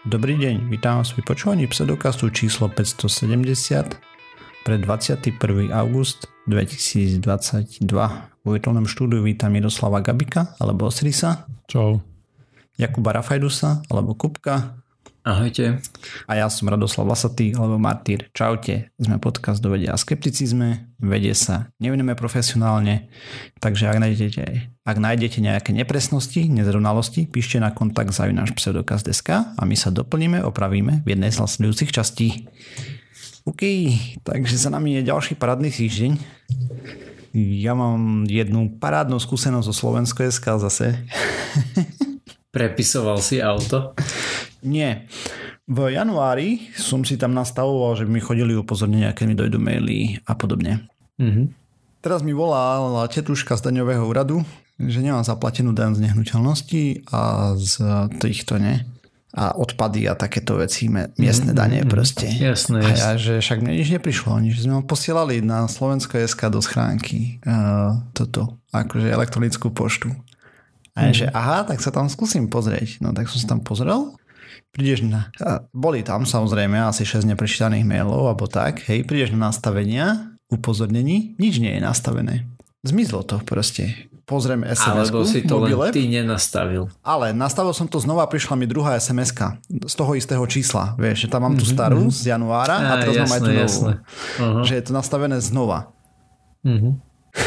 Dobrý deň, vítam vás pri počúvaní pseudokastu číslo 570 pre 21. august 2022. Vo virtuálnom štúdiu vítam Miroslava Gabika alebo Osirisa. Čau. Jakuba Rafajdusa alebo Kupka. Ahojte. A ja som Radoslav Lasatý alebo Martýr. Čaute. Sme podcast do vede a skepticizme. Vede sa nevenujeme profesionálne, takže ak nájdete nejaké nepresnosti, nezrovnalosti, píšte na kontakt @pseudokast.sk a my sa doplníme, opravíme v jednej z nasledujúcich častí. OK, takže za nami je ďalší parádny týždeň. Ja mám jednu parádnu skúsenosť zo Slovensko.sk zase. Prepisoval si auto? Nie. V januári som si tam nastavoval, že by mi chodili upozornenia, keď mi dojdú maily a podobne. Mm-hmm. Teraz mi volala tetuška z daňového úradu, že nemám zaplatenú daň z nehnuteľnosti a z týchto a odpady a takéto veci, miestne dane proste. Jasné. A ja, že však mne nič neprišlo, že sme ho posielali na Slovensko.sk do schránky akože elektronickú poštu. A že aha, tak sa tam skúsim pozrieť. No tak som sa tam pozrel. Prídeš boli tam samozrejme asi 6 neprečítaných mailov alebo tak. Hej, prídeš na nastavenia, upozornení, nič nie je nastavené. Zmizlo to proste. Pozriem SMS-ku. Alebo si to mobile, len ty nenastavil. Ale nastavil som to znova, prišla mi druhá SMS-ka z toho istého čísla. Vieš, že tam mám tú starú z januára a teraz mám aj tú novú. Uh-huh. Že je to nastavené znova. Uh-huh.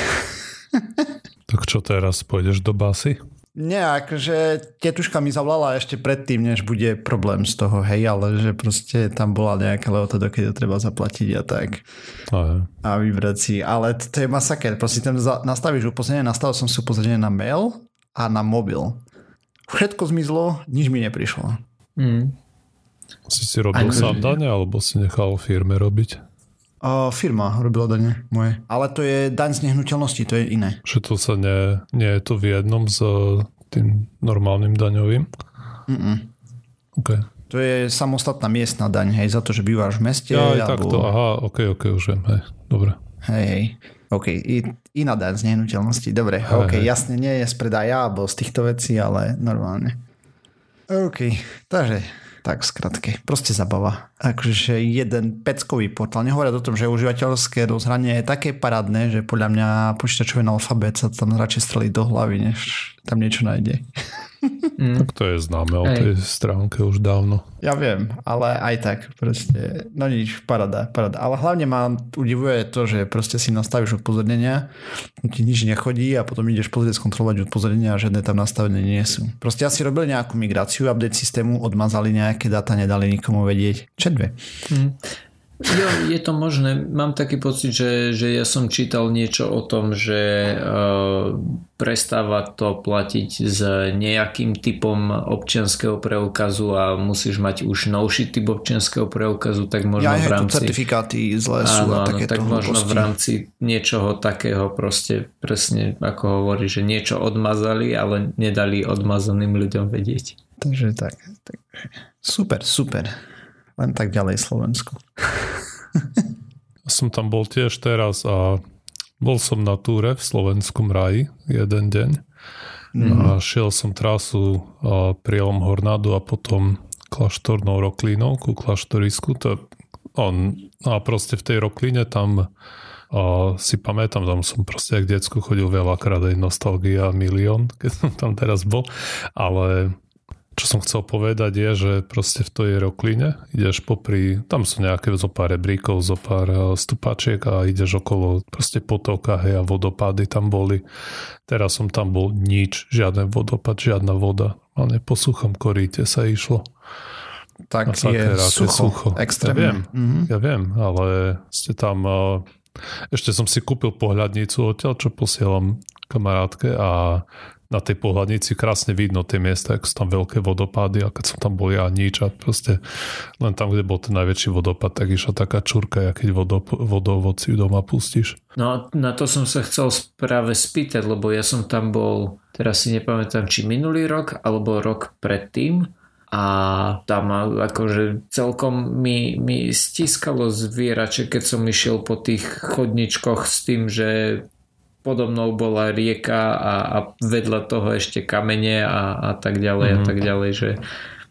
Tak čo teraz? Pôjdeš do basy? Nie, akože tetuška mi zavolala ešte predtým, než bude problém z toho, hej, ale že proste tam bola nejaká lehota, dokedy to treba zaplatiť a tak. A vybrať si. Ale to je masaker. Proste tam nastavíš upozornenie, nastavil som si upozornenie na mail a na mobil. Všetko zmizlo, nič mi neprišlo. Si robil sám dane, alebo si nechal firme robiť? Firma robila dane moje. Ale to je daň z nehnuteľnosti, to je iné. Že to sa nie je to v jednom s tým normálnym daňovým? Okay. To je samostatná miestna daň, hej, za to, že bývaš v meste. Ja, takto, aha, ok, už viem, hej, dobre. Hej, ok, iná daň z nehnuteľnosti, dobre, ok, jasne, nie je z predaja, alebo z týchto vecí, ale normálne. Ok, takže tak skratke, proste zabava. Akože jeden peckový portál. Nehovoriac o tom, že užívateľské rozhranie je také parádne, že podľa mňa počítačový alfabet sa tam radšej strelí do hlavy, než tam niečo nájde. Tak to je známe o tej stránke už dávno. Ja viem, ale aj tak proste, no nič, paráda. Ale hlavne ma udivuje to, že proste si nastavíš upozornenia, ti nič nechodí a potom ideš pozrieť skontrolovať upozornenia a žiadne tam nastavené nie sú. Proste asi robili nejakú migráciu, update systému, odmazali nejaké dáta, nedali nikomu vedieť. Čedve. Jo, je to možné. Mám taký pocit, že ja som čítal niečo o tom, že prestáva to platiť s nejakým typom občianskeho preukazu a musíš mať už novší typ občianskeho preukazu, tak možno v rámci certifikáty z lesu a takéto tak možno v rámci niečoho takého proste presne ako hovorí, že niečo odmazali, ale nedali odmazaným ľuďom vedieť. Takže tak. Super. Len tak ďalej Slovensku. Som tam bol tiež teraz a bol som na túre v Slovenskom raji jeden deň a šiel som trasu prielom Hornádu a potom kláštornou Roklínou ku kláštorisku. A proste v tej Roklíne tam si pamätám, tam som proste jak decku chodil veľakrát, aj nostalgia milión, keď som tam teraz bol, ale čo som chcel povedať je, že proste v tej Roklíne ideš popri, tam sú nejaké zopár rebríkov, zopár stupačiek a ideš okolo proste potoka, hej, a vodopády tam boli. Teraz som tam bol nič, žiaden vodopád, žiadna voda. Ale po suchom koríte sa išlo. Tak je sucho. Extrémne. Ja viem, ale ste tam ešte som si kúpil pohľadnicu odtiaľ, čo posielam kamarátke a na tej pohľadnici krásne vidno tie miesta, ako sú tam veľké vodopády a keď som tam bol ja nič a proste len tam, kde bol ten najväčší vodopád, tak išla taká čurka, keď vodovod si doma pustíš. No na to som sa chcel práve spýtať, lebo ja som tam bol, teraz si nepamätám, či minulý rok alebo rok predtým a tam akože celkom mi stiskalo zvierače, keď som išiel po tých chodničkoch s tým, že podo mnou bola rieka a vedľa toho ešte kamene a tak ďalej a tak ďalej, že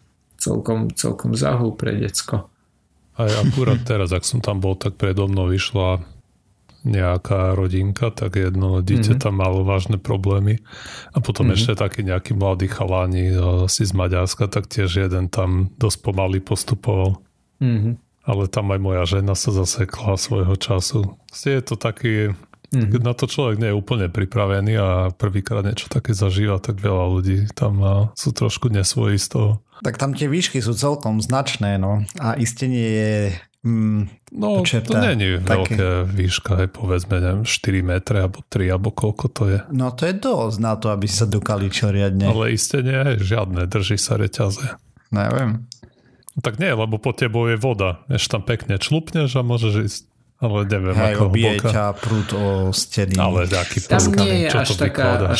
celkom záhul pre decko. Aj akurát teraz, ak som tam bol, tak predo mnou išla nejaká rodinka, tak jedno dieťa tam malo vážne problémy a potom ešte taký nejaký mladý chalani asi z Maďarska, tak tiež jeden tam dosť pomaly postupoval. Ale tam aj moja žena sa zasekla svojho času. Je to taký, keď na to človek nie je úplne pripravený a prvýkrát niečo také zažíva, tak veľa ľudí tam sú trošku nesvojí z toho. Tak tam tie výšky sú celkom značné, no. A istenie je no, to nie je veľké výška, povedzme, neviem, 4 metre, alebo 3, alebo koľko to je. No to je dosť na to, aby sa dokaličil riadne. Ale istenie je žiadne, drží sa reťaze. Neviem. Tak nie, lebo pod tebou je voda. Ešte tam pekne člupneš a môžeš ísť. Ale neviem, hej, ako obije hlboká. ťa prúd o steny. Ale taký tam prúd. nie je Čo až to vykladáš?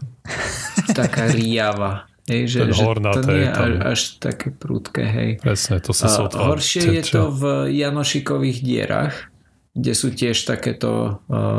taká riava. Hej, že to nie je až také prúdke, hej. Presne, to sa sotva. Horšie je to v Janošikových dierach, kde sú tiež takéto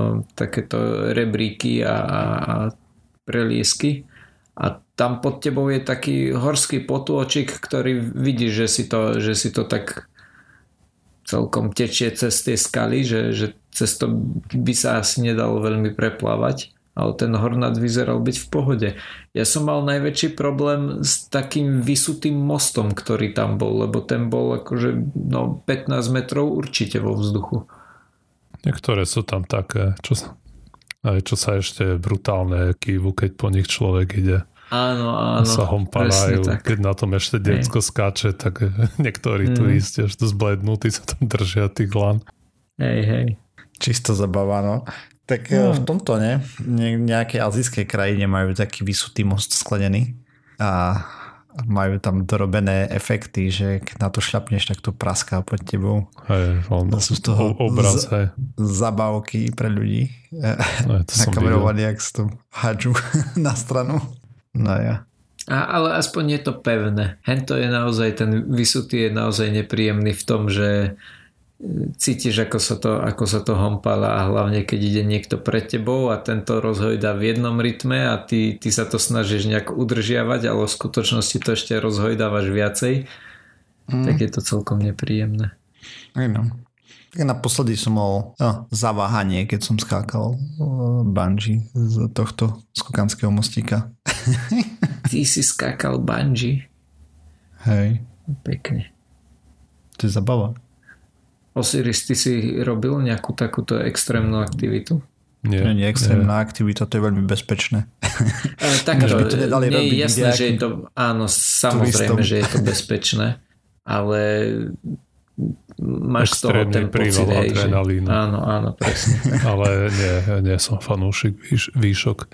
rebríky a preliesky. A tam pod tebou je taký horský potôčik, ktorý vidí, že si to tak celkom tečie cez tie skaly, že cez to by sa asi nedalo veľmi preplávať. Ale ten Hornad vyzeral byť v pohode. Ja som mal najväčší problém s takým vysutým mostom, ktorý tam bol, lebo ten bol akože 15 metrov určite vo vzduchu. Niektoré sú tam také, čo sa ešte brutálne kývu, keď po nich človek ide. Áno, sa hompanajú. Keď na tom ešte decko skáče, tak niektorí tu ísť až zblednutí sa tam držia tých lan. Hej. Čisto zabava, no. Tak v tomto nejaké azijské krajine majú taký vysutý most sklenený a majú tam dorobené efekty, že keď na to šľapneš, tak to praská pod tebou. Hej, sú z toho obraz, zabavky pre ľudí. Nakamerovaní, ak sa to hádžu na stranu. No ja. Ale aspoň je to pevné. Hento je naozaj, ten vysutý je naozaj nepríjemný v tom, že cítiš, ako sa to hompala a hlavne keď ide niekto pred tebou a tento rozhojdá v jednom rytme a ty sa to snažíš nejak udržiavať, ale v skutočnosti to ešte rozhojdávaš viacej, tak je to celkom nepríjemné. No. Tak naposledy som mal zaváhanie, keď som skákal bungee z tohto skokanského mostíka. Ty si skákal bungee? Hej. Pekne. To je zabava. Osiris, ty si robil nejakú takúto extrémnu aktivitu? Nie extrémna aktivita, to je veľmi bezpečné. Takto, nie je jasné, že je to, áno, samozrejme, že je to bezpečné, ale máš z toho ten pocit, že... Áno, presne. Ale nie som fanúšik výšok.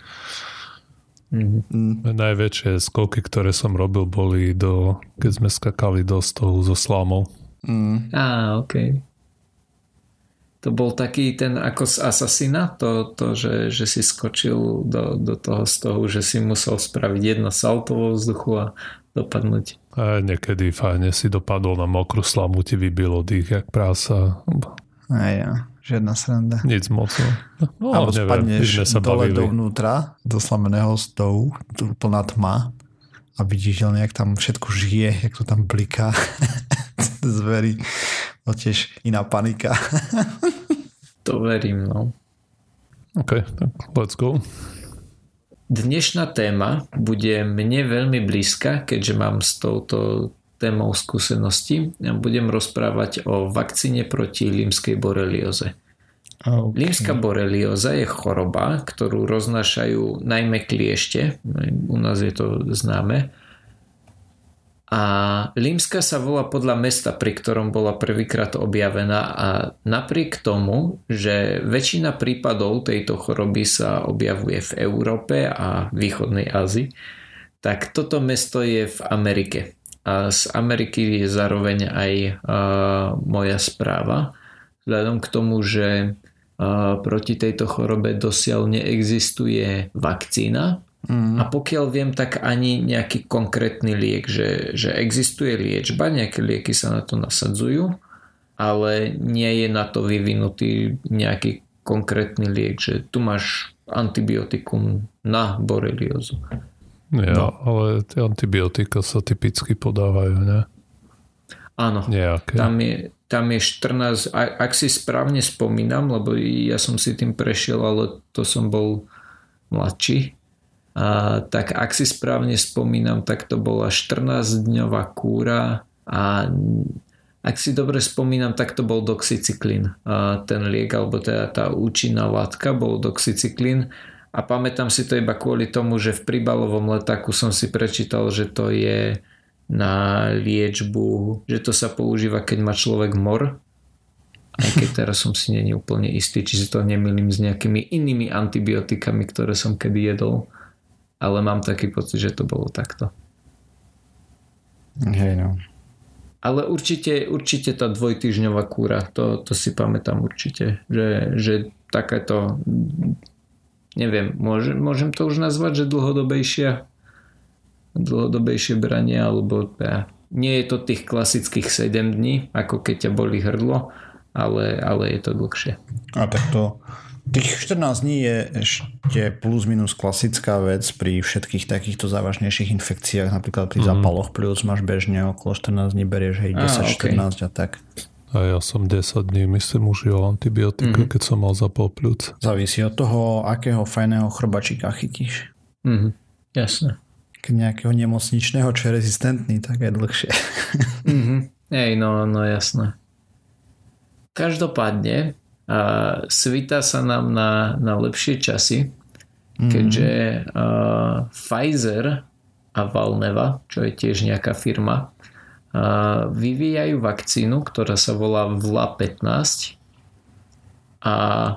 Najväčšie skoky, ktoré som robil, boli keď sme skakali do stohu so slamou. OK. To bol taký ten ako z Assassina, to že si skočil do toho stohu, že si musel spraviť jedno salto vo vzduchu a dopadnúť. A niekedy fajne si dopadol na mokrú slamu, ti vybilo dých jak prása. Žiadna sranda. Nic moc. No, alebo spadneš dole dovnútra do slameného stohu, plná tma a vidíš, ale nejak tam všetko žije, jak to tam bliká. Zverí. No tiež iná panika. To verím, no. OK, tak let's go. Dnešná téma bude mne veľmi blízka, keďže mám s touto témou skúsenosti. Budem rozprávať o vakcíne proti límskej borelióze. Okay. Límska borelióza je choroba, ktorú roznášajú najmä kliešte. U nás je to známe. A Límska sa volá podľa mesta, pri ktorom bola prvýkrát objavená, a napriek tomu, že väčšina prípadov tejto choroby sa objavuje v Európe a východnej Ázii, tak toto mesto je v Amerike. A z Ameriky je zároveň aj moja správa, vzhľadom k tomu, že proti tejto chorobe dosiaľ neexistuje vakcína. A pokiaľ viem, tak ani nejaký konkrétny liek, že existuje liečba, nejaké lieky sa na to nasadzujú, ale nie je na to vyvinutý nejaký konkrétny liek, že tu máš antibiotikum na boreliózu. Ja, ale tie antibiotika sa typicky podávajú, ne? Áno. Nejaké. Tam je 14, ak si správne spomínam, lebo ja som si tým prešiel, ale to som bol mladší. Tak ak si správne spomínam, tak to bola 14-dňová kúra a ak si dobre spomínam, tak to bol doxycyklín. Ten liek, alebo teda tá účinná látka bol doxycyklín a pamätám si to iba kvôli tomu, že v príbalovom letáku som si prečítal, že to je na liečbu, že to sa používa, keď má človek mor. Aj keď teraz som si nie úplne istý, či si to nemýlim s nejakými inými antibiotikami, ktoré som kedy jedol. Ale mám taký pocit, že to bolo takto. Hej, no. Ale určite tá dvojtýždňová kúra, to si pamätám určite, že takéto, neviem, môžem to už nazvať, že dlhodobejšie branie, alebo nie je to tých klasických 7 dní, ako keď ťa boli hrdlo, ale je to dlhšie. A takto tých 14 dní je ešte plus minus klasická vec pri všetkých takýchto závažnejších infekciách, napríklad pri zápaloch pľúc máš bežne okolo 14 dní, berieš hej 10-14 a tak. A ja som 10 dní, myslím, užíval antibiotika, keď som mal zápal pľúc. Závisí od toho, akého fajného chrbačíka chytíš. Jasné. Keď nejakého nemocničného, čo je rezistentný, tak je dlhšie. Hej, no jasné. Každopádne svítá sa nám na lepšie časy, keďže Pfizer a Valneva, čo je tiež nejaká firma, vyvíjajú vakcínu, ktorá sa volá VLA15 a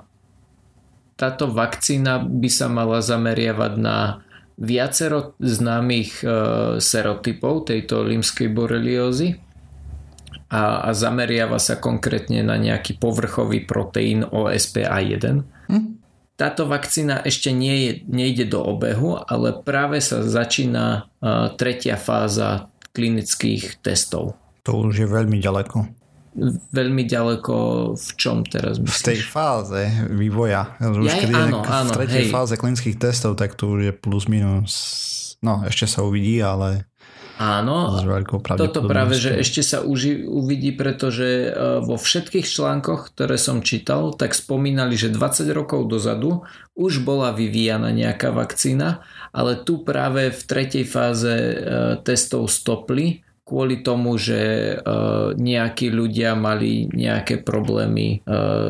táto vakcína by sa mala zameriavať na viacero známych serotypov tejto limskej boreliózy a zameriava sa konkrétne na nejaký povrchový proteín OSPA1. Táto vakcína ešte nejde do obehu, ale práve sa začína tretia fáza klinických testov. To už je veľmi ďaleko. Veľmi ďaleko v čom teraz myslíš? V tej fáze vývoja. V tretej fáze klinických testov, tak to už je plus minus. No, ešte sa uvidí, ale áno, toto práve, že ešte sa uvidí, pretože vo všetkých článkoch, ktoré som čítal, tak spomínali, že 20 rokov dozadu už bola vyvíjana nejaká vakcína, ale tu práve v tretej fáze testov stopli kvôli tomu, že nejakí ľudia mali nejaké problémy,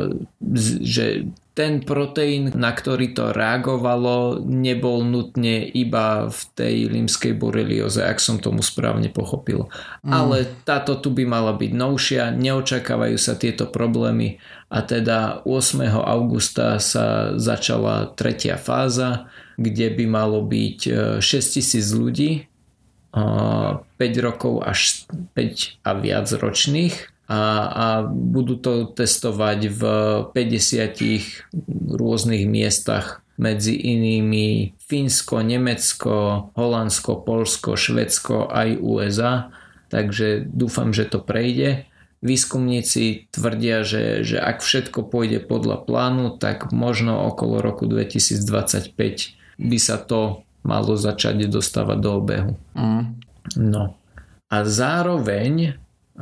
že ten proteín, na ktorý to reagovalo, nebol nutne iba v tej limskej borelióze, ak som tomu správne pochopil. Ale táto tu by mala byť novšia, neočakávajú sa tieto problémy a teda 8. augusta sa začala tretia fáza, kde by malo byť 6,000 ľudí, 5 rokov až 5 a viac ročných a budú to testovať v 50 rôznych miestach, medzi inými Fínsko, Nemecko, Holandsko, Poľsko, Švédsko aj USA, takže dúfam, že to prejde. Výskumníci tvrdia, že ak všetko pôjde podľa plánu, tak možno okolo roku 2025 by sa to malo začať dostávať do obehu. No a zároveň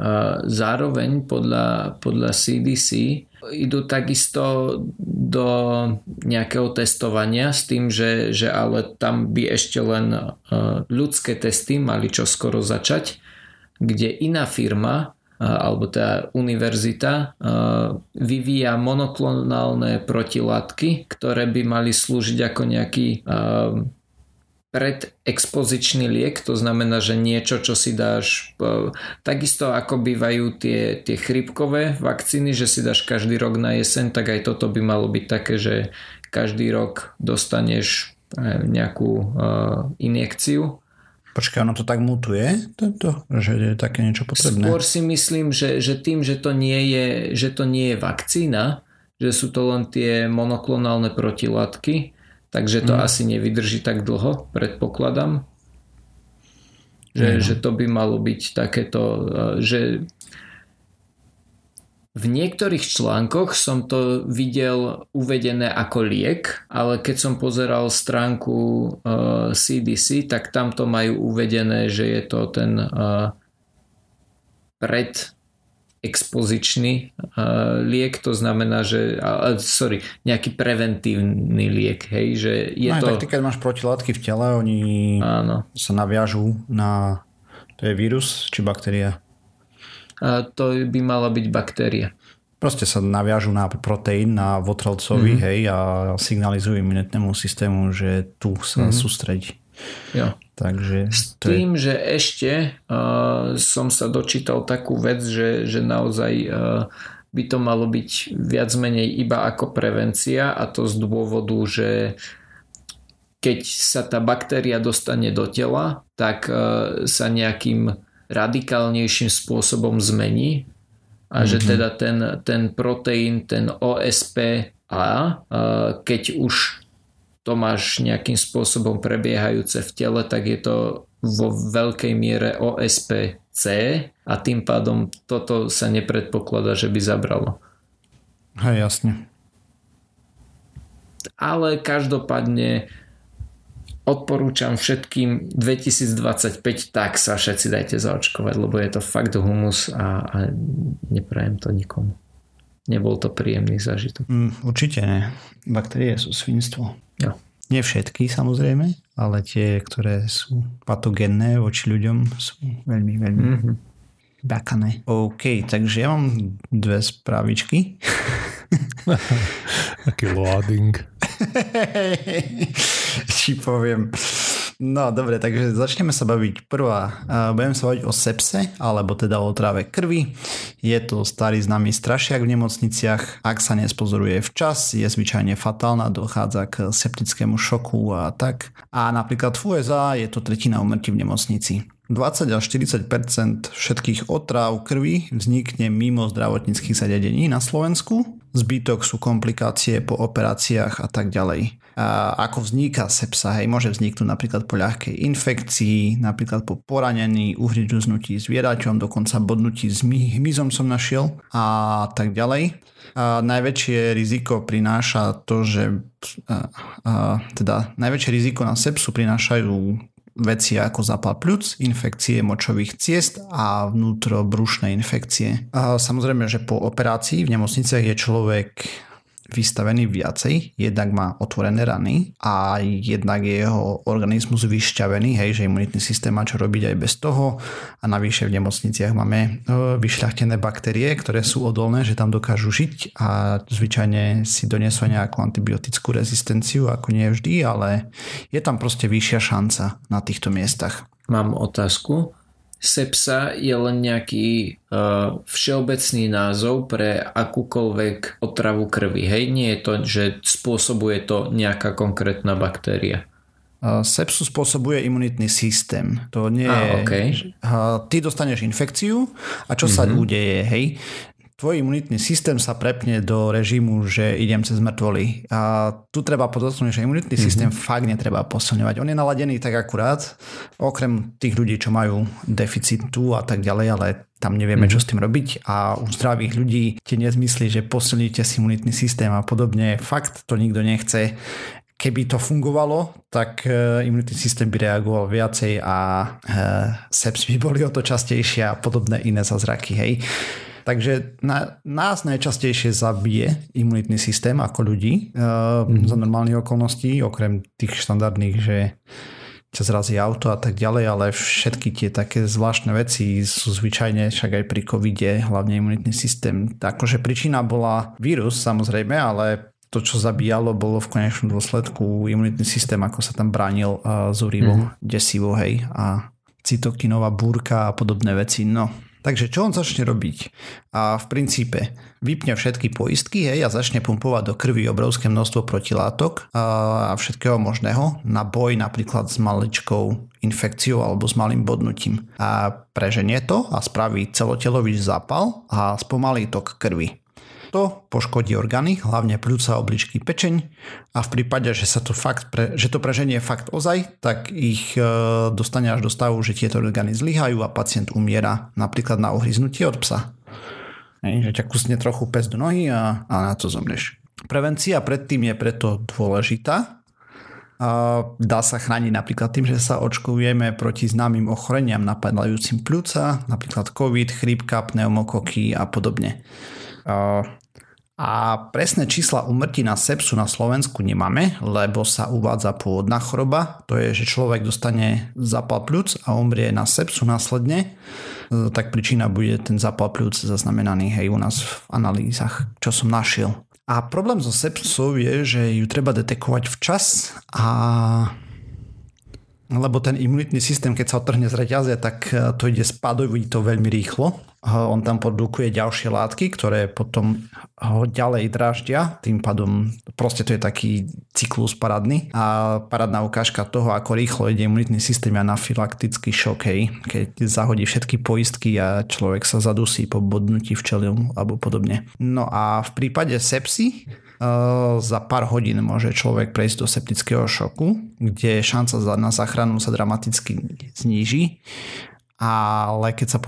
podľa CDC idú takisto do nejakého testovania s tým, že ale tam by ešte len ľudské testy mali čoskoro začať, kde iná firma alebo teda univerzita vyvíja monoklonálne protilátky, ktoré by mali slúžiť ako nejaký predexpozičný liek, to znamená, že niečo, čo si dáš takisto ako bývajú tie chrípkové vakcíny, že si dáš každý rok na jeseň, tak aj toto by malo byť také, že každý rok dostaneš nejakú injekciu. Počkaj, ono to tak mutuje? Že je také niečo potrebné? Skôr si myslím, že tým, že to nie je vakcína, že sú to len tie monoklonálne protilátky, takže to asi nevydrží tak dlho, predpokladám. Že to by malo byť takéto, že v niektorých článkoch som to videl uvedené ako liek, ale keď som pozeral stránku CDC, tak tam to majú uvedené, že je to ten predexpozičný liek, to znamená, že nejaký preventívny liek, hej, že je no, to... Tak ty, keď máš protilátky v tele, oni sa naviažú na... To je vírus či baktéria? To by mala byť baktéria. Proste sa naviažú na proteín, na votrelcovi, hej, a signalizujú imunitnému systému, že tu sa sústredí. Jo. Takže s tým, že ešte som sa dočítal takú vec, že naozaj by to malo byť viac menej iba ako prevencia, a to z dôvodu, že keď sa tá baktéria dostane do tela, tak sa nejakým radikálnejším spôsobom zmení a že teda ten proteín, ten OSPA, keď už to máš nejakým spôsobom prebiehajúce v tele, tak je to vo veľkej miere OSPC a tým pádom toto sa nepredpokladá, že by zabralo. Hej, jasne. Ale každopádne odporúčam všetkým 2025, tak sa všetci dajte zaočkovať, lebo je to fakt humus a neprajem to nikomu. Nebol to príjemný zážitok. Určite ne. Baktérie sú svinstvo. Jo. Nie všetky samozrejme, ale tie, ktoré sú patogénne voči ľuďom, sú veľmi, veľmi bakané. OK, takže ja mám dve správičky. Taký loading. Či poviem. No dobre, takže začneme sa baviť. Prvá, budeme sa baviť o sepse, alebo teda o otrave krvi. Je to starý známy strašiak v nemocniciach. Ak sa nespozoruje včas, je zvyčajne fatálna, dochádza k septickému šoku a tak. A napríklad v USA je to tretina úmrtí v nemocnici. 20 až 40% všetkých otráv krvi vznikne mimo zdravotníckych zariadení na Slovensku. Zbytok sú komplikácie po operáciách a tak ďalej. A ako vzniká sepsa? Hej, môže vzniknúť napríklad po ľahkej infekcii, napríklad po poranení, uhryznutí zvieraťom, dokonca bodnutí s hmyzom som našiel a tak ďalej. A najväčšie riziko prináša to, že najväčšie riziko na sepsu prinášajú veci ako zápal pľúc, infekcie močových ciest a vnútrobrušné infekcie. A samozrejme, že po operácii v nemocniciach je človek vystavený viacej, jednak má otvorené rany a jednak je jeho organizmus vyšťavený, hej, že imunitný systém má čo robiť aj bez toho a navyše v nemocniciach máme vyšľachtené baktérie, ktoré sú odolné, že tam dokážu žiť a zvyčajne si donesú nejakú antibiotickú rezistenciu, ako nie vždy, ale je tam proste vyššia šanca na týchto miestach. Mám otázku. Sepsa je len nejaký všeobecný názov pre akúkoľvek otravu krvi. Hej, nie je to, že spôsobuje to nejaká konkrétna baktéria. Sepsu spôsobuje imunitný systém. To nie je... Okay. Ty dostaneš infekciu a čo sa udeje, hej? Tvoj imunitný systém sa prepne do režimu, že idem cez mŕtvoly. A tu treba podotknúť, že imunitný systém fakt netreba posilňovať. On je naladený tak akurát, okrem tých ľudí, čo majú deficitu a tak ďalej, ale tam nevieme, čo s tým robiť. A u zdravých ľudí tie nezmysly, že posilníte si imunitný systém a podobne, fakt to nikto nechce. Keby to fungovalo, tak imunitný systém by reagoval viacej a seps by boli o to častejšie a podobné iné zázraky, hej. Takže nás najčastejšie zabije imunitný systém ako ľudí za normálnych okolností, okrem tých štandardných, že ťa zrazí auto a tak ďalej, ale všetky tie také zvláštne veci sú zvyčajne, však aj pri covide, hlavne imunitný systém. Akože príčina bola vírus samozrejme, ale to, čo zabíjalo, bolo v konečnom dôsledku imunitný systém, ako sa tam bránil zúrivo, desivo, hej, a cytokinová búrka a podobné veci, no. Takže čo on začne robiť? A v princípe vypne všetky poistky, hej, a začne pumpovať do krvi obrovské množstvo protilátok a všetkého možného na boj napríklad s maličkou infekciou alebo s malým bodnutím. A preženie to a spraví celotelový zápal a spomalí tok krvi. To poškodí orgány, hlavne pľúca, obličky, pečeň a v prípade, že sa to že to preženie fakt ozaj, tak ich dostane až do stavu, že tieto orgány zlyhajú a pacient umiera napríklad na uhryznutie od psa. Že ťa kusne trochu pes do nohy a na to zomrieš. Prevencia predtým je preto dôležitá. Dá sa chrániť napríklad tým, že sa očkujeme proti známym ochoreniam napadajúcim pľúca, napríklad COVID, chrípka, pneumokoky a podobne. A presné čísla úmrtí na sepsu na Slovensku nemáme, lebo sa uvádza pôvodná choroba. To je, že človek dostane zápal pľúc a umrie na sepsu následne. Tak príčina bude ten zápal pľúc zaznamenaný u nás v analýzach, čo som našiel. A problém so sepsou je, že ju treba detekovať včas lebo ten imunitný systém, keď sa odtrhne z reťaze, tak to ide spádový to veľmi rýchlo. On tam produkuje ďalšie látky, ktoré potom ho ďalej dráždia. Tým pádom proste to je taký cyklus parádny. A parádna ukážka toho, ako rýchlo ide imunitný systém a anafylaktický šok, keď zahodí všetky poistky a človek sa zadusí po bodnutí včelom alebo podobne. No a v prípade sepsy za pár hodín môže človek prejsť do septického šoku, kde šanca na záchranu sa dramaticky zníži, ale keď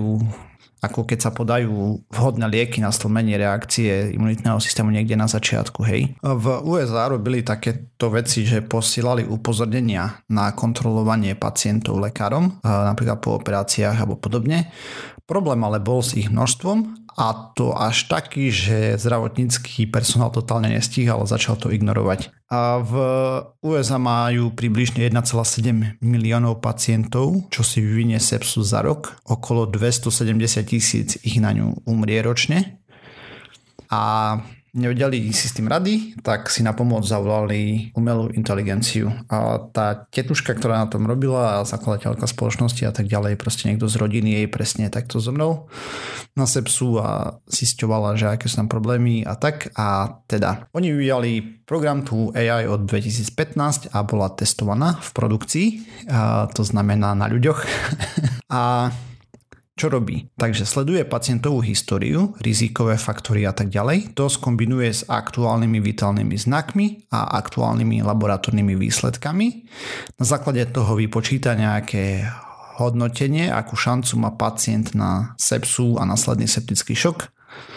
sa podajú vhodné lieky na stlmenie reakcie imunitného systému niekde na začiatku. V USA robili takéto veci, že posielali upozornenia na kontrolovanie pacientov lekárom, napríklad po operáciách alebo podobne. Problém ale bol s ich množstvom, a to až taký, že zdravotnícky personál totálne nestíhal a začal to ignorovať. A v USA majú približne 1,7 miliónov pacientov, čo si vyvinie sepsu za rok. Okolo 270 000 ich na ňu umrie ročne. A nevedeli si s tým rady, tak si na pomoc zavolali umelú inteligenciu. A tá tetuška, ktorá na tom robila, zakladateľka spoločnosti a tak ďalej, proste niekto z rodiny jej presne takto zomrel na sepsu a zisťovala, že aké sú tam problémy a tak. A teda oni vyvíjali program tu AI od 2015 a bola testovaná v produkcii, a to znamená na ľuďoch. A čo robí? Takže sleduje pacientovú históriu, rizikové faktory a tak ďalej. To skombinuje s aktuálnymi vitálnymi znakmi a aktuálnymi laboratórnymi výsledkami. Na základe toho vypočíta nejaké hodnotenie, akú šancu má pacient na sepsu a následný septický šok.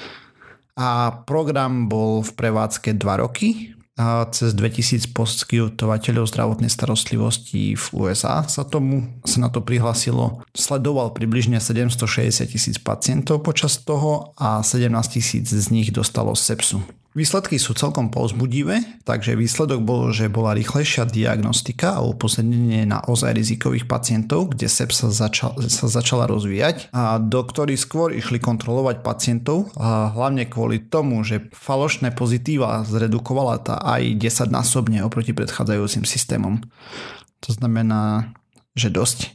A program bol v prevádzke 2 roky. A cez 2000 poskytovateľov zdravotnej starostlivosti v USA sa na to prihlásilo. Sledoval približne 760 000 pacientov počas toho a 17 000 z nich dostalo sepsu. Výsledky sú celkom povzbudivé, takže výsledok bol, že bola rýchlejšia diagnostika a upozornenie na ozaj rizikových pacientov, kde sepsa sa začala rozvíjať a doktori skôr išli kontrolovať pacientov a hlavne kvôli tomu, že falošné pozitíva zredukovala tá aj 10-násobne oproti predchádzajúcim systémom. To znamená, že dosť.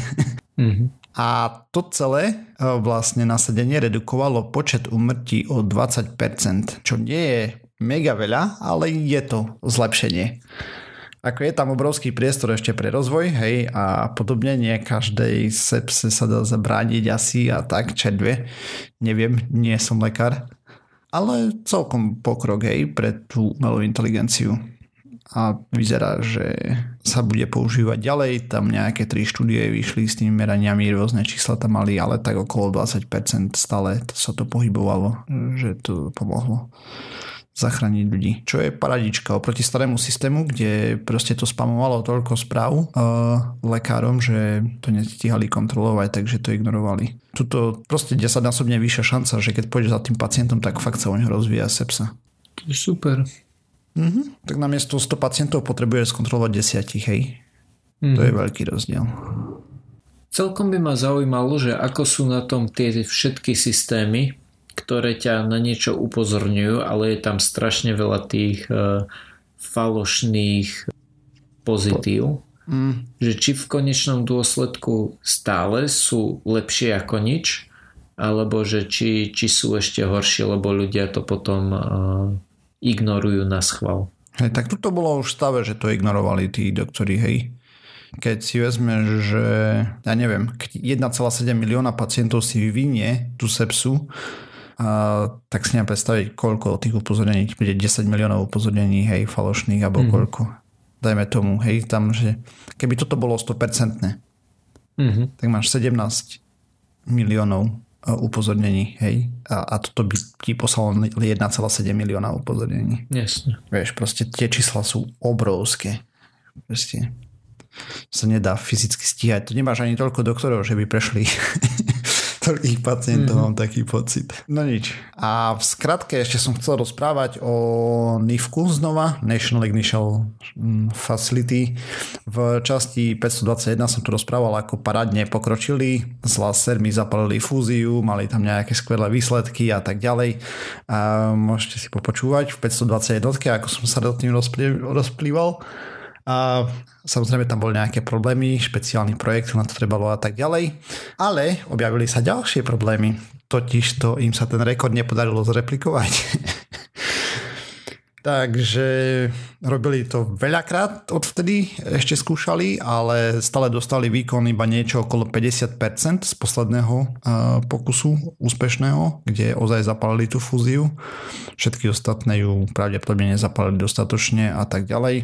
A to celé vlastne nasadenie redukovalo počet úmrtí o 20%, čo nie je mega veľa, ale je to zlepšenie. Ako je tam obrovský priestor ešte pre rozvoj, a podobne, nie každej sepse sa dá zabrániť asi a tak, červie. Neviem, nie som lekár, ale celkom pokrok, pre tú umelú inteligenciu. A vyzerá, že sa bude používať ďalej. Tam nejaké 3 štúdie vyšli s tými meraniami, rôzne čísla tam mali, ale tak okolo 20% stále sa to pohybovalo, že to pomohlo zachrániť ľudí. Čo je paradička oproti starému systému, kde proste to spamovalo toľko správ lekárom, že to nestíhali kontrolovať, takže to ignorovali. Tuto proste 10-násobne vyššia šanca, že keď pôjdeš za tým pacientom, tak fakt sa o neho rozvíja sepsa. To je super. Tak namiesto 100 pacientov potrebuješ skontrolovať 10, To je veľký rozdiel. Celkom by ma zaujímalo, že ako sú na tom tie všetky systémy, ktoré ťa na niečo upozorňujú, ale je tam strašne veľa tých falošných pozitív. Že či v konečnom dôsledku stále sú lepšie ako nič, alebo že či sú ešte horšie, lebo ľudia to potom ignorujú na schvál. Tak toto bolo už v stave, že to ignorovali tí doktori, Keď si vezmeš, že ja neviem, 1,7 milióna pacientov si vyvinie tú sepsu, tak si neviem predstaviť, koľko tých upozornení bude 10 miliónov upozornení, falošných, alebo koľko. Dajme tomu, tam, že keby toto bolo 100%, tak máš 17 miliónov upozornení, hej. A toto by ti poslalo 1,7 milióna upozornení. Jasne. Vieš, proste tie čísla sú obrovské. Proste sa nedá fyzicky stíhať. To nemáš ani toľko doktorov, že by prešli toľkých pacientov, mám taký pocit. No nič. A v skratke ešte som chcel rozprávať o NIFku znova, National Ignition Facility. V časti 521 som tu rozprával, ako parádne pokročili, s lasermi zapalili fúziu, mali tam nejaké skvelé výsledky a tak ďalej. A môžete si popočúvať v 521, ako som sa do tým rozplýval. A samozrejme tam boli nejaké problémy, špeciálny projekt na to trebalo a tak ďalej. Ale objavili sa ďalšie problémy. Totižto im sa ten rekord nepodarilo zreplikovať. Takže robili to veľakrát odvtedy, ešte skúšali, ale stále dostali výkon iba niečo okolo 50% z posledného pokusu úspešného, kde ozaj zapálili tú fúziu. Všetky ostatné ju pravdepodobne nezapálili dostatočne a tak ďalej.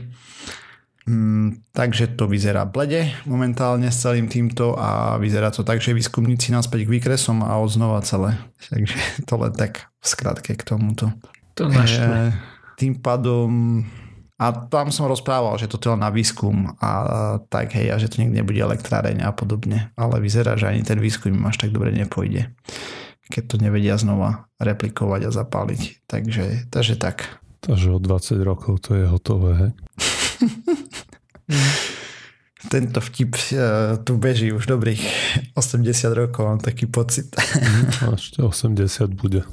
Takže to vyzerá blede momentálne s celým týmto a vyzerá to tak, že výskumníci naspäť k výkresom a odznova celé. Takže to len tak v skratke k tomuto. To našli. Tým pádom a tam som rozprával, že to je len na výskum a tak hej, a že to nikdy nebude elektráreň a podobne. Ale vyzerá, že ani ten výskum im až tak dobre nepôjde, keď to nevedia znova replikovať a zapáliť. Takže tak. Takže o 20 rokov to je hotové, hej? Tento vtip tu beží už dobrých 80 rokov, mám taký pocit. Ešte 80 bude.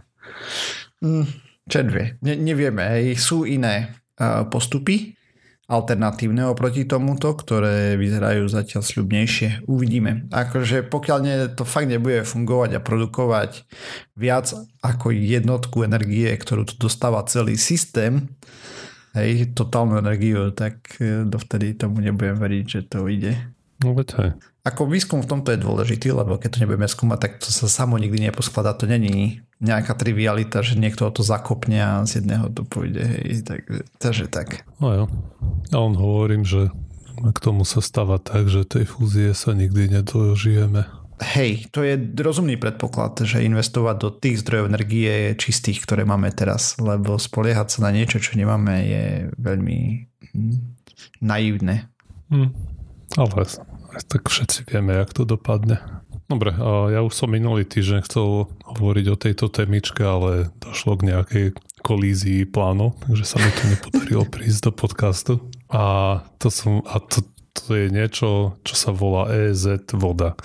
Červie, nevieme, sú iné postupy alternatívne oproti tomuto, ktoré vyzerajú zatiaľ sľubnejšie. Uvidíme. Akože pokiaľ to fakt nebude fungovať a produkovať viac ako jednotku energie, ktorú tu dostáva celý systém, hej, totálnu energiu, tak dovtedy tomu nebudem veriť, že to ide. No veď aj. Ako výskum v tomto je dôležitý, lebo keď to nebudeme skúmať, tak to sa samo nikdy neposkladá. To není nejaká trivialita, že niekto to zakopne a z jedného to pôjde. Hej, takže tak. No jo. Ja len hovorím, že k tomu sa stáva tak, že tej fúzie sa nikdy nedožijeme. Hej, to je rozumný predpoklad, že investovať do tých zdrojov energie čistých, ktoré máme teraz, lebo spoliehať sa na niečo, čo nemáme, je veľmi naivné. Ale tak všetci vieme, jak to dopadne. Dobre, ja už som minulý týždeň chcel hovoriť o tejto témičke, ale došlo k nejakej kolízii plánov, takže sa mi to nepodarilo prísť do podcastu. A to je niečo, čo sa volá EZ voda.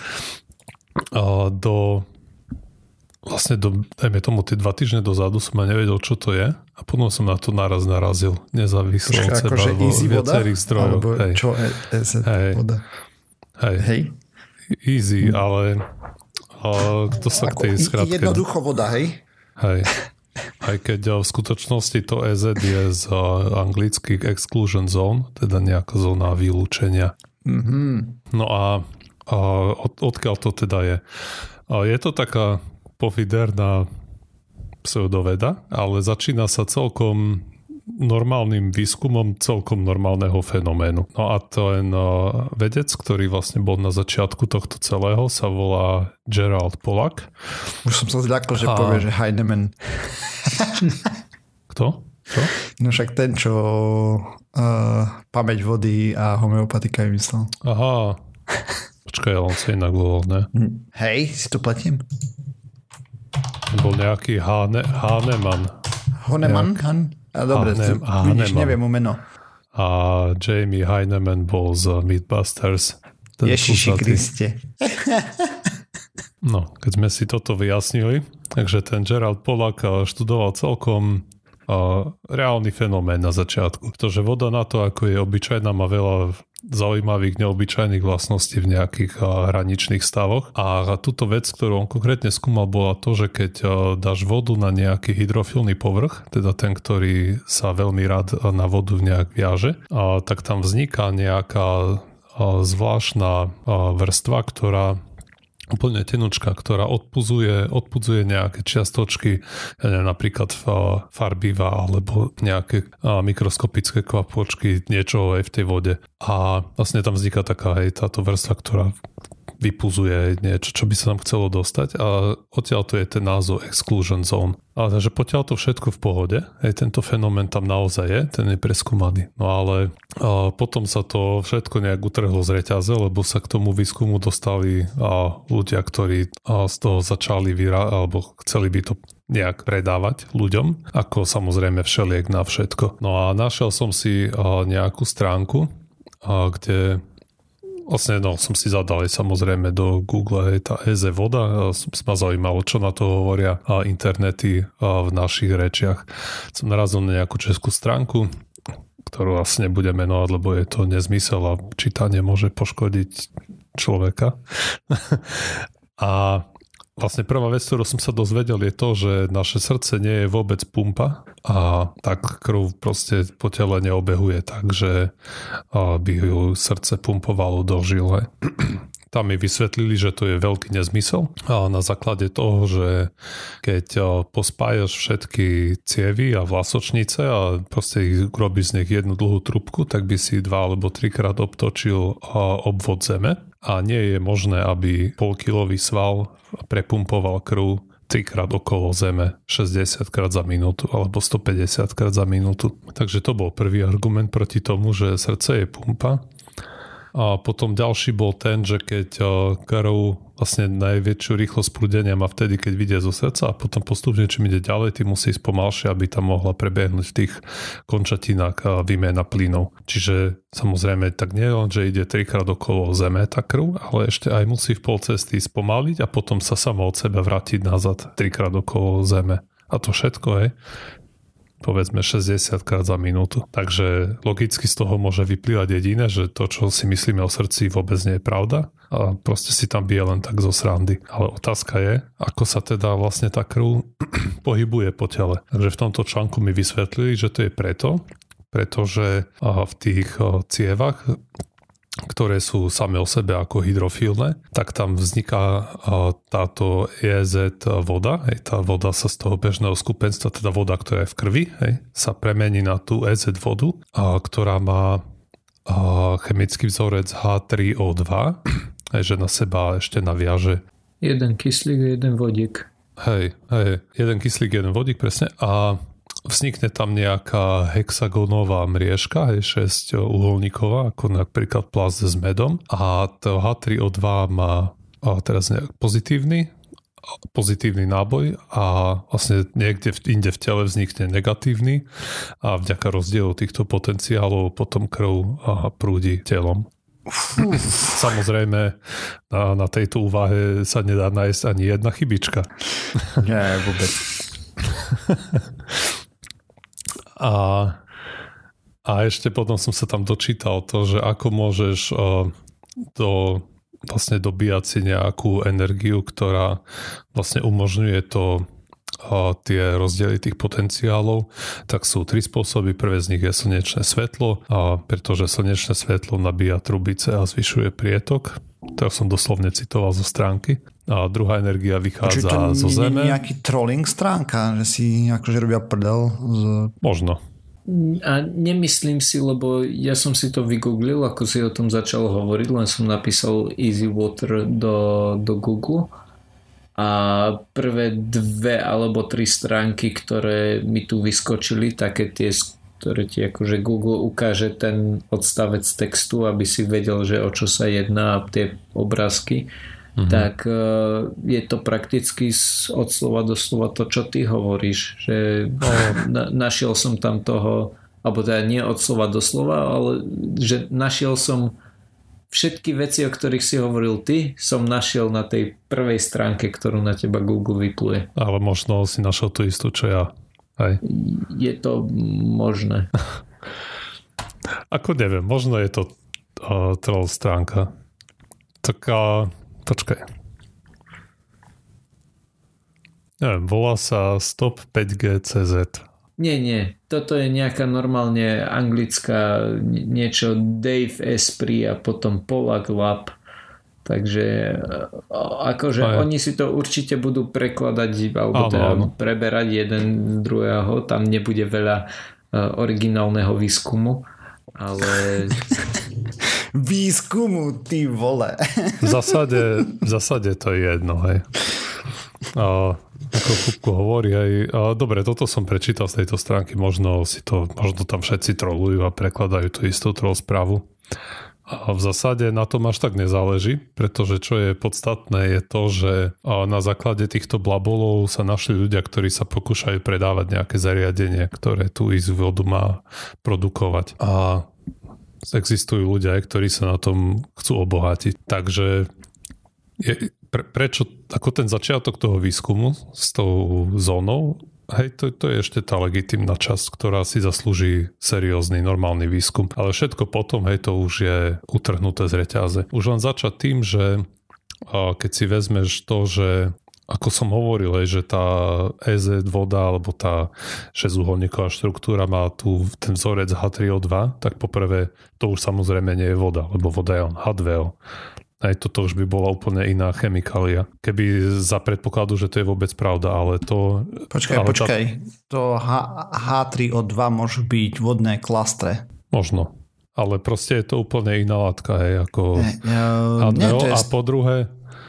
Dajme tomu tie 2 týždne dozadu som nevedel, čo to je a potom som na to narazil nezávislo od seba vo viacerých zdrojov. Alebo čo EZ voda? Hej. Easy, ale to sa k tej skratke... Jednoducho voda, hej? Hej. Aj keď v skutočnosti to EZ je z anglických exclusion zone, teda nejaká zóna vylúčenia. No a odkiaľ to teda je? Je to taká pofiderná pseudoveda, ale začína sa celkom normálnym výskumom celkom normálneho fenoménu. No a ten vedec, ktorý vlastne bol na začiatku tohto celého, sa volá Gerald Pollack. Už som sa zľakol, že povie, že Heinemann. Kto? Čo? No však ten, čo pamäť vody a homeopatika vymyslel. Aha. Počkaj, on sa inak volal, ne? Hej, si to platím. Bol nejaký Hahnemann. Hahnemann? Dobre, vidíš, neviem mu meno. A Jamie Heinemann bol z Mythbusters. Ježiši Kriste. No, keď sme si toto vyjasnili, takže ten Gerald Pollack študoval celkom reálny fenomén na začiatku. Pretože voda na to, ako je obyčajná, má veľa zaujímavých neobyčajných vlastností v nejakých hraničných stavoch. A túto vec, ktorú on konkrétne skúmal, bola to, že keď dáš vodu na nejaký hydrofilný povrch, teda ten, ktorý sa veľmi rád na vodu nejak viaže, tak tam vzniká nejaká zvláštna vrstva, ktorá úplne tenučka, ktorá odpudzuje nejaké čiastočky, napríklad farbiva alebo nejaké mikroskopické kvapôčky, niečo aj v tej vode. A vlastne tam vzniká taká táto vrstva, ktorá vypuzuje niečo, čo by sa nám chcelo dostať a odtiaľ to je ten názov exclusion zone. Ale takže potiaľ to všetko v pohode, tento fenomén tam naozaj je, ten je preskúmaný. No ale potom sa to všetko nejak utrhlo z reťaze, lebo sa k tomu výskumu dostali ľudia, ktorí z toho začali alebo chceli by to nejak predávať ľuďom, ako samozrejme všeliek na všetko. No a našiel som si nejakú stránku, kde vlastne som si zadal aj samozrejme do Google tá EZ voda. Ma zaujímalo, čo na to hovoria internety v našich rečiach. Som narazil na nejakú českú stránku, ktorú asi nebudem menovať, lebo je to nezmysel a čítanie môže poškodiť človeka. A vlastne prvá vec, ktorú som sa dozvedel, je to, že naše srdce nie je vôbec pumpa a tak krv proste po tele neobehuje, takže by ju srdce pumpovalo do žile. Tam mi vysvetlili, že to je veľký nezmysel a na základe toho, že keď pospájaš všetky cievy a vlasočnice a proste robíš z nich jednu dlhú trubku, tak by si 2 alebo 3 krát obtočil obvod zeme a nie je možné, aby polkilový sval prepumpoval krv 3 krát okolo zeme 60 krát za minútu alebo 150 krát za minútu. Takže to bol prvý argument proti tomu, že srdce je pumpa. A potom ďalší bol ten, že keď krv vlastne najväčšiu rýchlosť prúdenia má vtedy, keď vyjde zo srdca a potom postupne čím ide ďalej, tým musí ísť pomalšie, aby tam mohla prebehnúť v tých končatinách výmena plynov. Čiže samozrejme tak nie len, že ide 3 krát okolo zeme tá krv, ale ešte aj musí v pol cesty spomaliť a potom sa sama od seba vrátiť nazad 3 krát okolo zeme. A to všetko je povedzme 60 krát za minútu. Takže logicky z toho môže vyplývať jediné, že to, čo si myslíme o srdci, vôbec nie je pravda a proste si tam bije len tak zo srandy. Ale otázka je, ako sa teda vlastne tá krv pohybuje po tele. Takže v tomto článku mi vysvetlili, že to je pretože v tých cievach, ktoré sú same o sebe ako hydrofilné, tak tam vzniká táto EZ voda. Tá voda sa z toho bežného skupenstva, teda voda, ktorá je v krvi, sa premení na tú EZ vodu, ktorá má chemický vzorec H3O2, že na seba ešte naviaže. Jeden kyslík a jeden vodík. Jeden kyslík, jeden vodík, presne. A vznikne tam nejaká hexagónová mriežka, 6-uholníková, ako napríklad plast s medom. A to H3O2 má teraz pozitívny náboj a vlastne niekde inde v tele vznikne negatívny a vďaka rozdielu týchto potenciálov potom krv prúdi telom. Samozrejme na tejto úvahe sa nedá nájsť ani jedna chybička. Nie, vôbec. A ešte potom som sa tam dočítal to, že ako môžeš vlastne dobíjať si nejakú energiu, ktorá vlastne umožňuje tie rozdiely tých potenciálov, tak sú 3 spôsoby. Prvé z nich je slnečné svetlo, pretože slnečné svetlo nabíja trubice a zvyšuje prietok. To som doslovne citoval zo stránky. A druhá energia vychádza zo zeme. To nie je nejaký trolling stránka, že si akože robia prdel? Možno. A nemyslím si, lebo ja som si to vygooglil, ako si o tom začal hovoriť, len som napísal Easy Water do Google a prvé 2 alebo 3 stránky, ktoré mi tu vyskočili, také tie, ktoré ti akože Google ukáže ten odstavec textu, aby si vedel, že o čo sa jedná a tie obrázky, tak je to prakticky od slova do slova to, čo ty hovoríš, že našiel som tam toho, alebo teda nie od slova do slova, ale že našiel som všetky veci, o ktorých si hovoril ty, som našiel na tej prvej stránke, ktorú na teba Google vypluje. Ale možno si našiel tú istú, čo ja. Hej. Je to možné. Ako neviem, možno je to troll stránka. Tak počkaj. Neviem, volá sa Stop 5G.cz. Nie. Toto je nejaká normálne anglická niečo Dave Esprit a potom Polak Lab. Takže akože oni si to určite budú prekladať alebo teda preberať jeden z druhého. Tam nebude veľa originálneho výskumu. Ale výskumu, ty vole. V zásade to je jedno, hej. Ako Kupko hovorí, hej. Dobre, toto som prečítal z tejto stránky, možno tam všetci trolujú a prekladajú tú istú troll správu. A v zásade na tom až tak nezáleží, pretože čo je podstatné je to, že na základe týchto blabolov sa našli ľudia, ktorí sa pokúšajú predávať nejaké zariadenie, ktoré tú ísť vodu má produkovať. A existujú ľudia, ktorí sa na tom chcú obohatiť. Takže prečo ako ten začiatok toho výskumu s tou zónou, hej, to je ešte tá legitímna časť, ktorá si zaslúži seriózny, normálny výskum. Ale všetko potom, hej, to už je utrhnuté z reťaze. Už len začať tým, že keď si vezmeš to, že ako som hovoril, že tá EZ voda alebo tá šesťuholníková štruktúra má tu ten vzorec H3O2, tak poprvé to už samozrejme nie je voda, lebo voda je len H2O. Aj toto už by bola úplne iná chemikália. Keby za predpokladu, že to je vôbec pravda, ale to... Počkaj. To H3O2 môžu byť vodné klastre. Možno. Ale proste je to úplne iná látka, hej, ako H2O. A po druhé,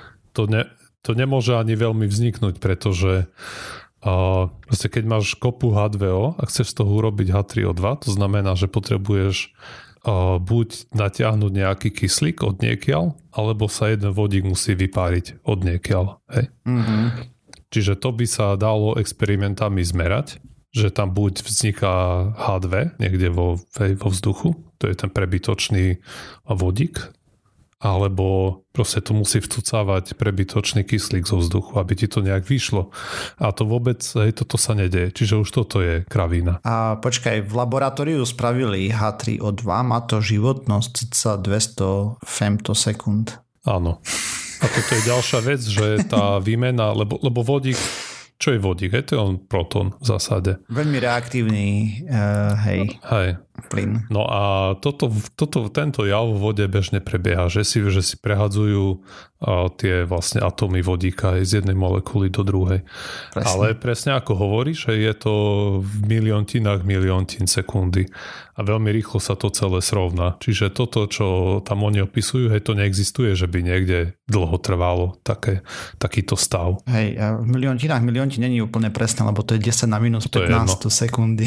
to nemôže ani veľmi vzniknúť, pretože proste keď máš kopu H2O a chceš z toho urobiť H3O2, to znamená, že potrebuješ buď natiahnuť nejaký kyslík od niekiaľ, alebo sa jeden vodík musí vypáriť od niekiaľ. Hej? Mm-hmm. Čiže to by sa dalo experimentami zmerať, že tam buď vzniká H2 niekde vo vzduchu, to je ten prebytočný vodík, alebo proste to musí vtúcávať prebytočný kyslík zo vzduchu, aby ti to nejak vyšlo. A to vôbec, toto sa nedeje. Čiže už toto je kravína. A počkaj, v laboratóriu spravili H3O2, má to životnosť za 200 femtosekúnd. Áno. A toto je ďalšia vec, že tá výmena, lebo vodík, čo je vodík? To je on protón v zásade. Veľmi reaktívny, hej. Plyn. No a tento jav v vode bežne prebieha, že si prehadzujú tie vlastne atómy vodíka z jednej molekuly do druhej. Presne. Ale presne ako hovoríš, je to v milióntin sekundy a veľmi rýchlo sa to celé srovná. Čiže toto, čo tam oni opisujú, to neexistuje, že by niekde dlho trvalo takýto stav. Hej, a v milióntinách není úplne presné, lebo to je 10 na minus 15 sekundy.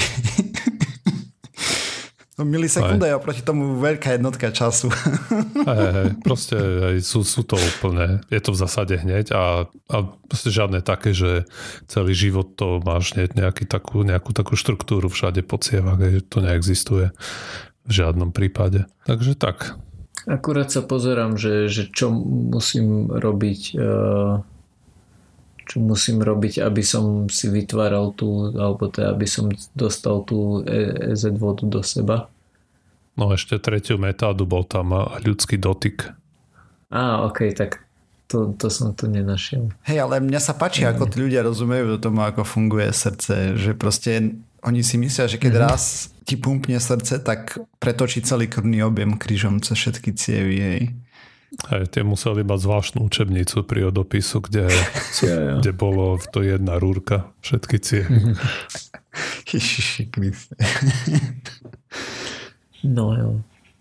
Milisekunda je oproti tomu veľká jednotka času. Proste sú to úplne, je to v zásade hneď a proste žiadne také, že celý život to máš hneď nejakú takú štruktúru všade po cievach, to neexistuje v žiadnom prípade. Takže tak. Akurát sa pozerám, že čo musím robiť, aby som si vytváral aby som dostal tú EZ vodu do seba. No ešte tretiu metádu bol tam ľudský dotyk. Ok, tak to som tu nenašiel. Hej, ale mňa sa páči, ako tí ľudia rozumejú do tomu, ako funguje srdce, že proste oni si myslia, že keď raz ti pumpne srdce, tak pretočí celý krvný objem krížom cez všetky cievy, hej. Tie museli mať zvláštnu učebnicu pri odopisu, kde bolo to jedna rúrka, všetky cievy. Ježiši Kriste. No jo.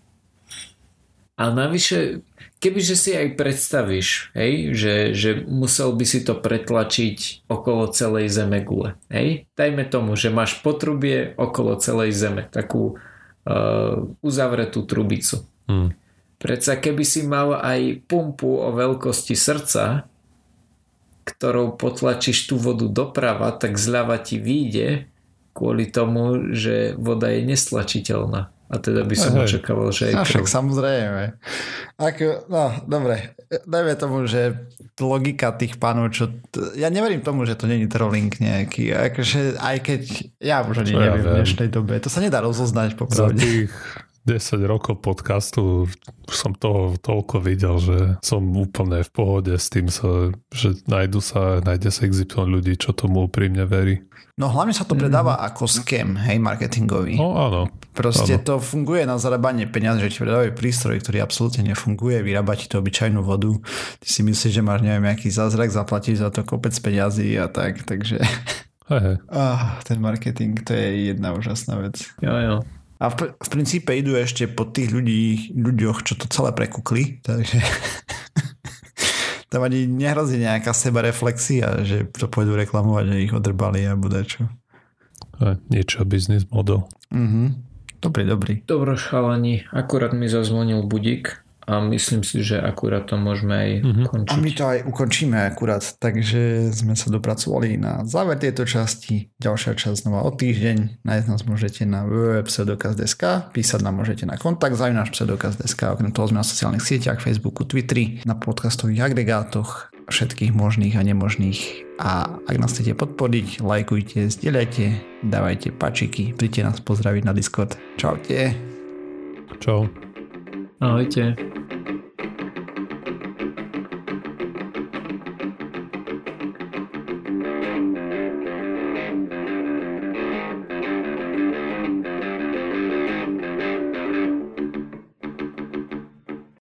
A navyše, kebyže si aj predstavíš, hej, že musel by si to pretlačiť okolo celej zemegule, hej, dajme tomu, že máš potrubie okolo celej zeme, takú uzavretú trubicu. Predsa keby si mal aj pumpu o veľkosti srdca, ktorou potlačíš tú vodu doprava, tak zľava ti vyjde kvôli tomu, že voda je nestlačiteľná. A teda by som očakával, že aj však samozrejme. Dobre. Dajme tomu, že logika tých pánov, ja neverím tomu, že to není trolling nejaký. Akože, aj keď ja už ani neviem v dnešnej dobe. To sa nedá rozoznať popravde. Za tých 10 rokov podcastu už som toho toľko videl, že som úplne v pohode s tým, že nájde sa XY ľudí, čo tomu úprimne verí. No hlavne sa to predáva ako scam, hej, marketingový. No áno. Proste to funguje na zarábanie peniaz, že ti predávajú prístroj, ktorý absolútne nefunguje, vyrába ti to obyčajnú vodu. Ty si myslíš, že máš neviem aký zázrak, zaplatíš za to kopec peňazí a tak, takže... Ten marketing, to je jedna úžasná vec. Jo. A v princípe idú ešte po tých ľuďoch, čo to celé prekukli, takže tam ani nehrozí nejaká sebareflexia, že to pôjdu reklamovať, že ich odrbali a bude čo. Niečo business model. Dobrý. Dobro, chalani, akurát mi zazvonil budík a myslím si, že akurát to môžeme aj končiť. A my to aj ukončíme akurát, takže sme sa dopracovali na záver tejto časti. Ďalšia časť znova o týždeň. Nájsť nás môžete na www.pseudokaz.sk, písať nám môžete na kontakt @pseudokaz.sk, okrem toho sme na sociálnych sieťach, Facebooku, Twitteri, na podcastových agregátoch všetkých možných a nemožných. A ak nás chcete podporiť, lajkujte, zdieľajte, dávajte pačiky, príďte nás pozdraviť na Discord. Čaute. Čau. Ahojte.